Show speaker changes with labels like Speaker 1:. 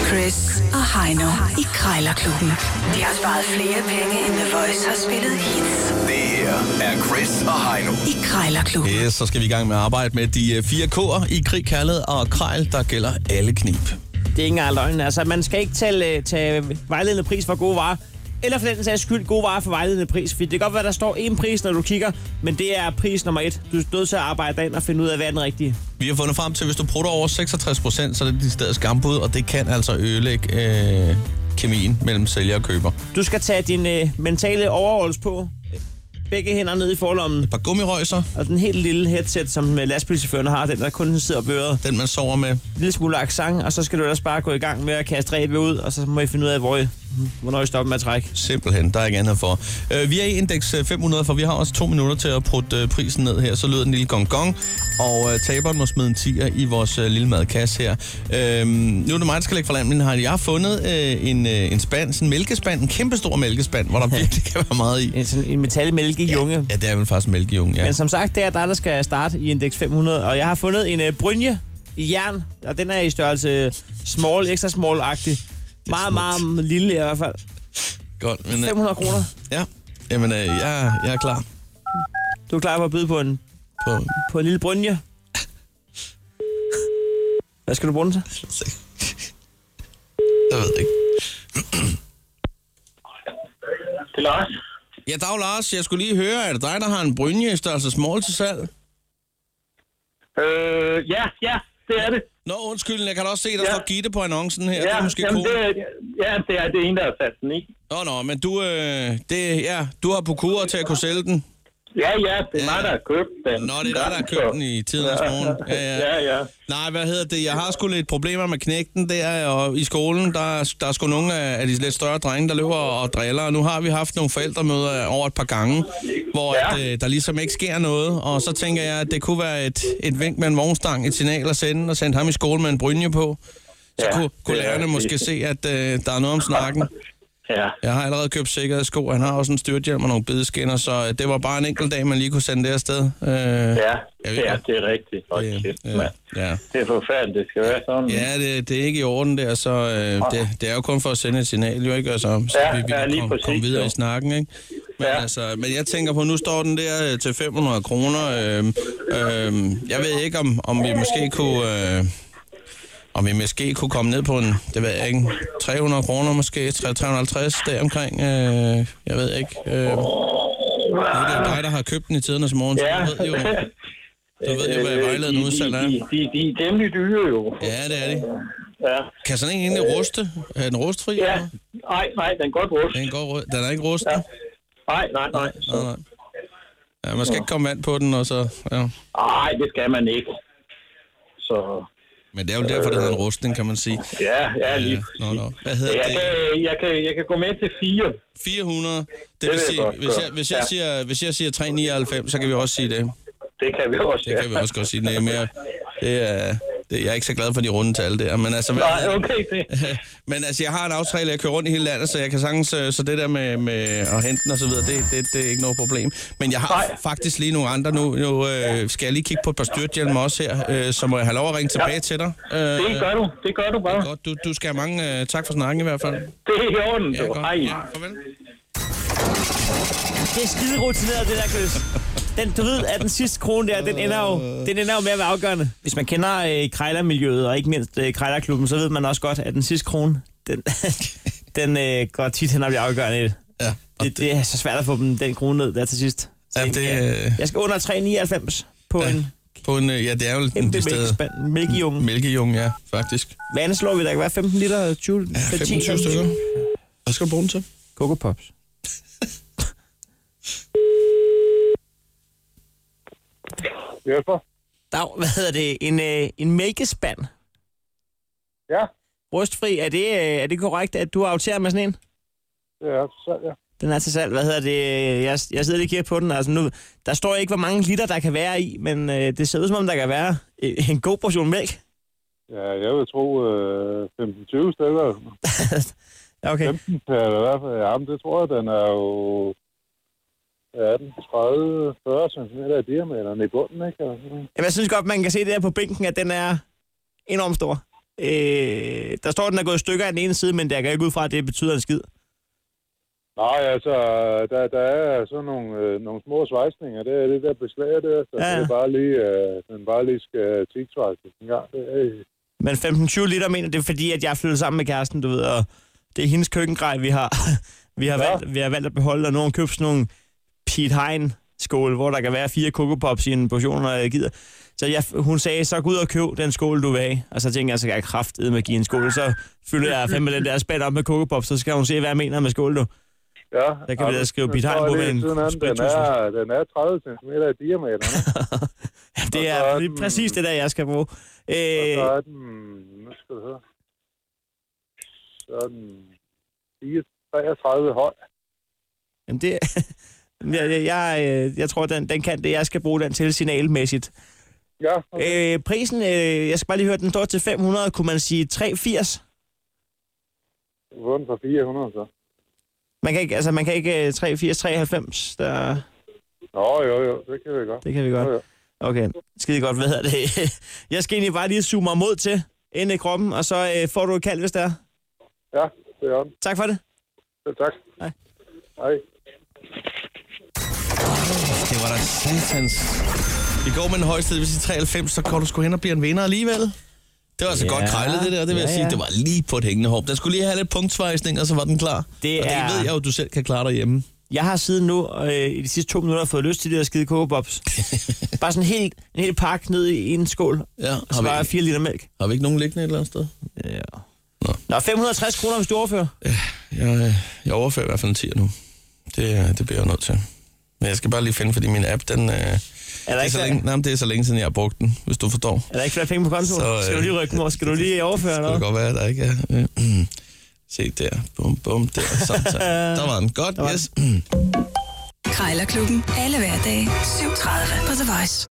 Speaker 1: Chris og Heino i Krejlerklubben. De har sparet flere penge, end The Voice har spillet hits.
Speaker 2: Det her er Chris og Heino
Speaker 1: i Krejlerklubben.
Speaker 3: Yes, så skal vi i gang med at arbejde med de 4 K'er i krig, kærlighed og krejl, der gælder alle knib.
Speaker 4: Det er ikke engang løgn. Altså, man skal ikke tage vejledende pris for gode varer. Eller for den sags skyld, gode varer for vejledende pris. For det kan godt være, der står en pris, når du kigger, men det er pris nummer 1. Du er nødt til at arbejde ind og finde ud af, hvad er den rigtige.
Speaker 3: Vi har fundet frem til, at hvis du prutter over 66%, så er det dit stedet skambud, og det kan altså ødelægge kemien mellem sælger og køber.
Speaker 4: Du skal tage din mentale overholds på. Begge hænder ned i forlommen.
Speaker 3: Et par gummirøjser.
Speaker 4: Og den helt lille headset, som lastbilchaufførerne har, den der kun sidder på øret.
Speaker 3: Den man sover med.
Speaker 4: En lille smule accent, og så skal du ellers bare gå i gang med at kaste ræb ud, og så må I finde ud af, hvornår I stopper med at trække.
Speaker 3: Simpelthen, der er ikke andet for. Vi er i indeks 500, for vi har også 2 minutter til at putte prisen ned her. Så lyder den lille gong, og taberen må smide en 10'er i vores lille madkasse her. Nu er det mig, der skal lægge for land, men jeg har fundet en spand, sådan en mælkespand, en kæmpestor mælkespand, hvor der virkelig kan være meget i.
Speaker 4: En metalmælkejunge.
Speaker 3: Ja, det er jo faktisk en mælkejunge, ja.
Speaker 4: Men som sagt, det er der skal starte i indeks 500, og jeg har fundet en brynje i jern, og den er i størrelse small, extra small-agtig. Meget lille i hvert fald.
Speaker 3: Godt, men
Speaker 4: 500 kroner.
Speaker 3: Ja, jamen jeg er klar.
Speaker 4: Du er klar på at byde på en lille brynje? Hvad skal du bruge den til?
Speaker 3: Jeg ved ikke.
Speaker 5: Det er Lars.
Speaker 3: Ja, dag Lars. Jeg skulle lige høre, er det dig, der har en brynje i størrelse small til salg?
Speaker 5: Ja, det er det.
Speaker 3: Nå, undskyld, jeg kan da også se, der står Gitte på annoncen her. Det er måske
Speaker 5: jamen, det er en, der har sat den i.
Speaker 3: Men du har på kur til at kunne sælge den.
Speaker 5: Ja, det er mig, der har købt den.
Speaker 3: Nå, det er dig, der har købt den i tidens morgen.
Speaker 5: Ja.
Speaker 3: Nej, hvad hedder det? Jeg har sgu lidt problemer med knægten der, og i skolen, der er sgu nogle af de lidt større drenge, der løber og driller, og nu har vi haft nogle forældremøder over et par gange, hvor der ligesom ikke sker noget, og så tænker jeg, at det kunne være et vink med en vognstang, et signal at sende, og sende ham i skole med en brynje på. Så kunne lærerne måske se, at der er noget om snakken.
Speaker 5: Ja.
Speaker 3: Jeg har allerede købt sikkerhedssko, han har også en styrthjelm og nogle bedeskinner, så det var bare en enkelt dag, man lige kunne sende det afsted.
Speaker 5: Det er rigtigt. Det er forfærdeligt, det skal være sådan.
Speaker 3: Ja, det er ikke i orden der, så det er jo kun for at sende et signal, jo ikke? Så vi kan komme videre i snakken, ikke? Men jeg tænker på, nu står den der til 500 kroner. Jeg ved ikke, om vi måske kunne... Om vi måske kunne komme ned på det ved jeg ikke, 300 kroner måske, 350 deromkring, jeg ved ikke. Nu er det jo dig, der har købt den i tidernes morgen, så du ved jo, hvad vejledende udsalg er.
Speaker 5: De er temmelig dyre jo.
Speaker 3: Ja, det er de.
Speaker 5: Ja.
Speaker 3: Kan sådan en egentlig ruste? Er den rustfri?
Speaker 5: Ja, nej, den er godt rustet.
Speaker 3: Den er ikke rustet?
Speaker 5: Ja. Nej.
Speaker 3: Ja, man skal ikke komme vand på den, og så... Ja.
Speaker 5: Nej, det skal man ikke. Så...
Speaker 3: Men det er jo derfor, det hedder en rustning, kan man sige.
Speaker 5: Ja, lige.
Speaker 3: Hvad hedder det?
Speaker 5: Jeg kan gå med til
Speaker 3: 400. Det vil sige, hvis jeg siger 399, så kan vi også sige det.
Speaker 5: Det kan vi også,
Speaker 3: Det kan vi også godt sige. Nej, mere, jeg er ikke så glad for de runde tal der. Men altså, men altså, jeg har en aftale, jeg kører rundt i hele landet, så jeg kan sagtens, så det der med at hente den og så videre, det er ikke noget problem. Men jeg har faktisk lige nogle andre nu. Nu skal jeg lige kigge på et par styrthjelme også her, så må jeg have lov at ringe tilbage til dig.
Speaker 5: Det gør du bare.
Speaker 3: Godt. Du skal have mange tak for snakken i hvert fald.
Speaker 5: Det er i orden, du. Hej.
Speaker 3: Ja, farvel.
Speaker 4: Det er skide rutineret, det der, Chris. Du ved, at den sidste krone der, den ender jo med at være afgørende. Hvis man kender krejlermiljøet, og ikke mindst krejlerklubben, så ved man også godt, at den sidste krone, den går tit hen og bliver afgørende.
Speaker 3: Ja,
Speaker 4: det er så svært at få den krone ned der til sidst. Jeg skal under 3,99 på en...
Speaker 3: ja, det er jo en
Speaker 4: mælkejunge.
Speaker 3: Mælkejunge, ja, faktisk.
Speaker 4: Hvad andet slår vi? Der kan være 15 liter, 20,
Speaker 3: ja, 25 stykker. Hvad skal du bruge den til?
Speaker 4: Coco Pops.
Speaker 5: Hjælper.
Speaker 4: Dag, hvad hedder det? En mælkespand?
Speaker 5: Ja.
Speaker 4: Rustfri, er det korrekt, at du afteret med sådan en?
Speaker 5: Det er til salg, ja.
Speaker 4: Den er til salg, hvad hedder det? Jeg sidder lige og kigger på den, altså nu, der står ikke, hvor mange liter der kan være i, men det ser ud som om, der kan være en god portion mælk.
Speaker 5: Ja, jeg vil tro 15-20 stykker.
Speaker 4: Okay.
Speaker 5: 15 eller hvad? Ja, men det tror jeg, den er jo 30-40 cm i diameteren i bunden, ikke?
Speaker 4: Jamen, jeg synes godt, man kan se det her på bænken, at den er enormt stor. Der står, at den er gået i stykker af den ene side, men der kan ikke ud fra, at det betyder en skid.
Speaker 6: Nej, altså, der er sådan nogle små svejsninger. Det er det der beslag der, så det er bare lige skal tiksvejses en gang.
Speaker 4: Men 15-20 liter mener det er fordi, at jeg er flyttet sammen med kæresten, du ved, og det er hendes køkkengrej, vi har valgt at beholde, og nu har hun købt sådan nogle Piet Hein skål, hvor der kan være 4 Coco Pops i en portion, når jeg gider. Så hun sagde, så gå ud og køb den skål, du vil have. Og så tænkte jeg, så kan jeg kraftedeme at give en skål. Så fylder jeg 5 med den der spand op med Coco Pops, så skal hun se, hvad jeg mener med skål, du.
Speaker 6: Ja.
Speaker 4: Der kan vi da skrive Piet Hein på med en
Speaker 6: sprittus. Den er 30 cm i diameter.
Speaker 4: Det er præcis det der, jeg skal bruge.
Speaker 6: Og så er den, nu skal du høre, så er den 33 høj.
Speaker 4: Jamen det... Jeg tror, den kan det. Jeg skal bruge den til signalmæssigt.
Speaker 6: Ja. Okay.
Speaker 4: Prisen, jeg skal bare lige høre, den står til 500. Kunne man sige 380?
Speaker 6: Du får den for 400, så.
Speaker 4: Man kan ikke 380, 93? Der...
Speaker 6: Jo, det kan vi godt.
Speaker 4: Det kan vi godt. Jo. Okay, skide godt. Hvad hedder det? Jeg skal egentlig bare lige zoome mig mod til inde i kroppen, og så får du et kald, hvis det er.
Speaker 6: Ja, det er den.
Speaker 4: Tak for det.
Speaker 6: Ja, tak.
Speaker 4: Hej.
Speaker 6: Hej.
Speaker 3: Det var da satans. I går med den højeste, det vil sige 93, så går du sgu hen og bliver en vinder alligevel. Det var altså godt krejlet, det der, det vil jeg sige. Det var lige på et hængende hår. Der skulle lige have lidt punktsvejsning, og så var den klar. Det ved jeg jo, du selv kan klare derhjemme.
Speaker 4: Jeg har siden nu, i de sidste 2 minutter, fået lyst til de der skide Coco Pops. Bare sådan en hel pakke ned i en skål. Ja, og så bare 4 liter mælk.
Speaker 3: Har vi ikke nogen liggende et eller andet sted?
Speaker 4: Ja. Nå, 560 kroner, hvis du overfører.
Speaker 3: Ja, jeg overfører i hvert fald en 10 nu. Det bliver jeg nødt til. Men jeg skal bare lige finde, fordi min app, den... det er så længe siden, jeg har brugt den, hvis du forstår.
Speaker 4: Er der ikke flere penge på kontoen? Skal du lige rykke mig? Skal du lige overføre noget?
Speaker 3: Det kan godt være, der ikke er. Se der. Bum, der. Sådan. Der var den. Godt, yes.
Speaker 1: Krejlerklubben. Alle hverdage. 7:30 på The Voice.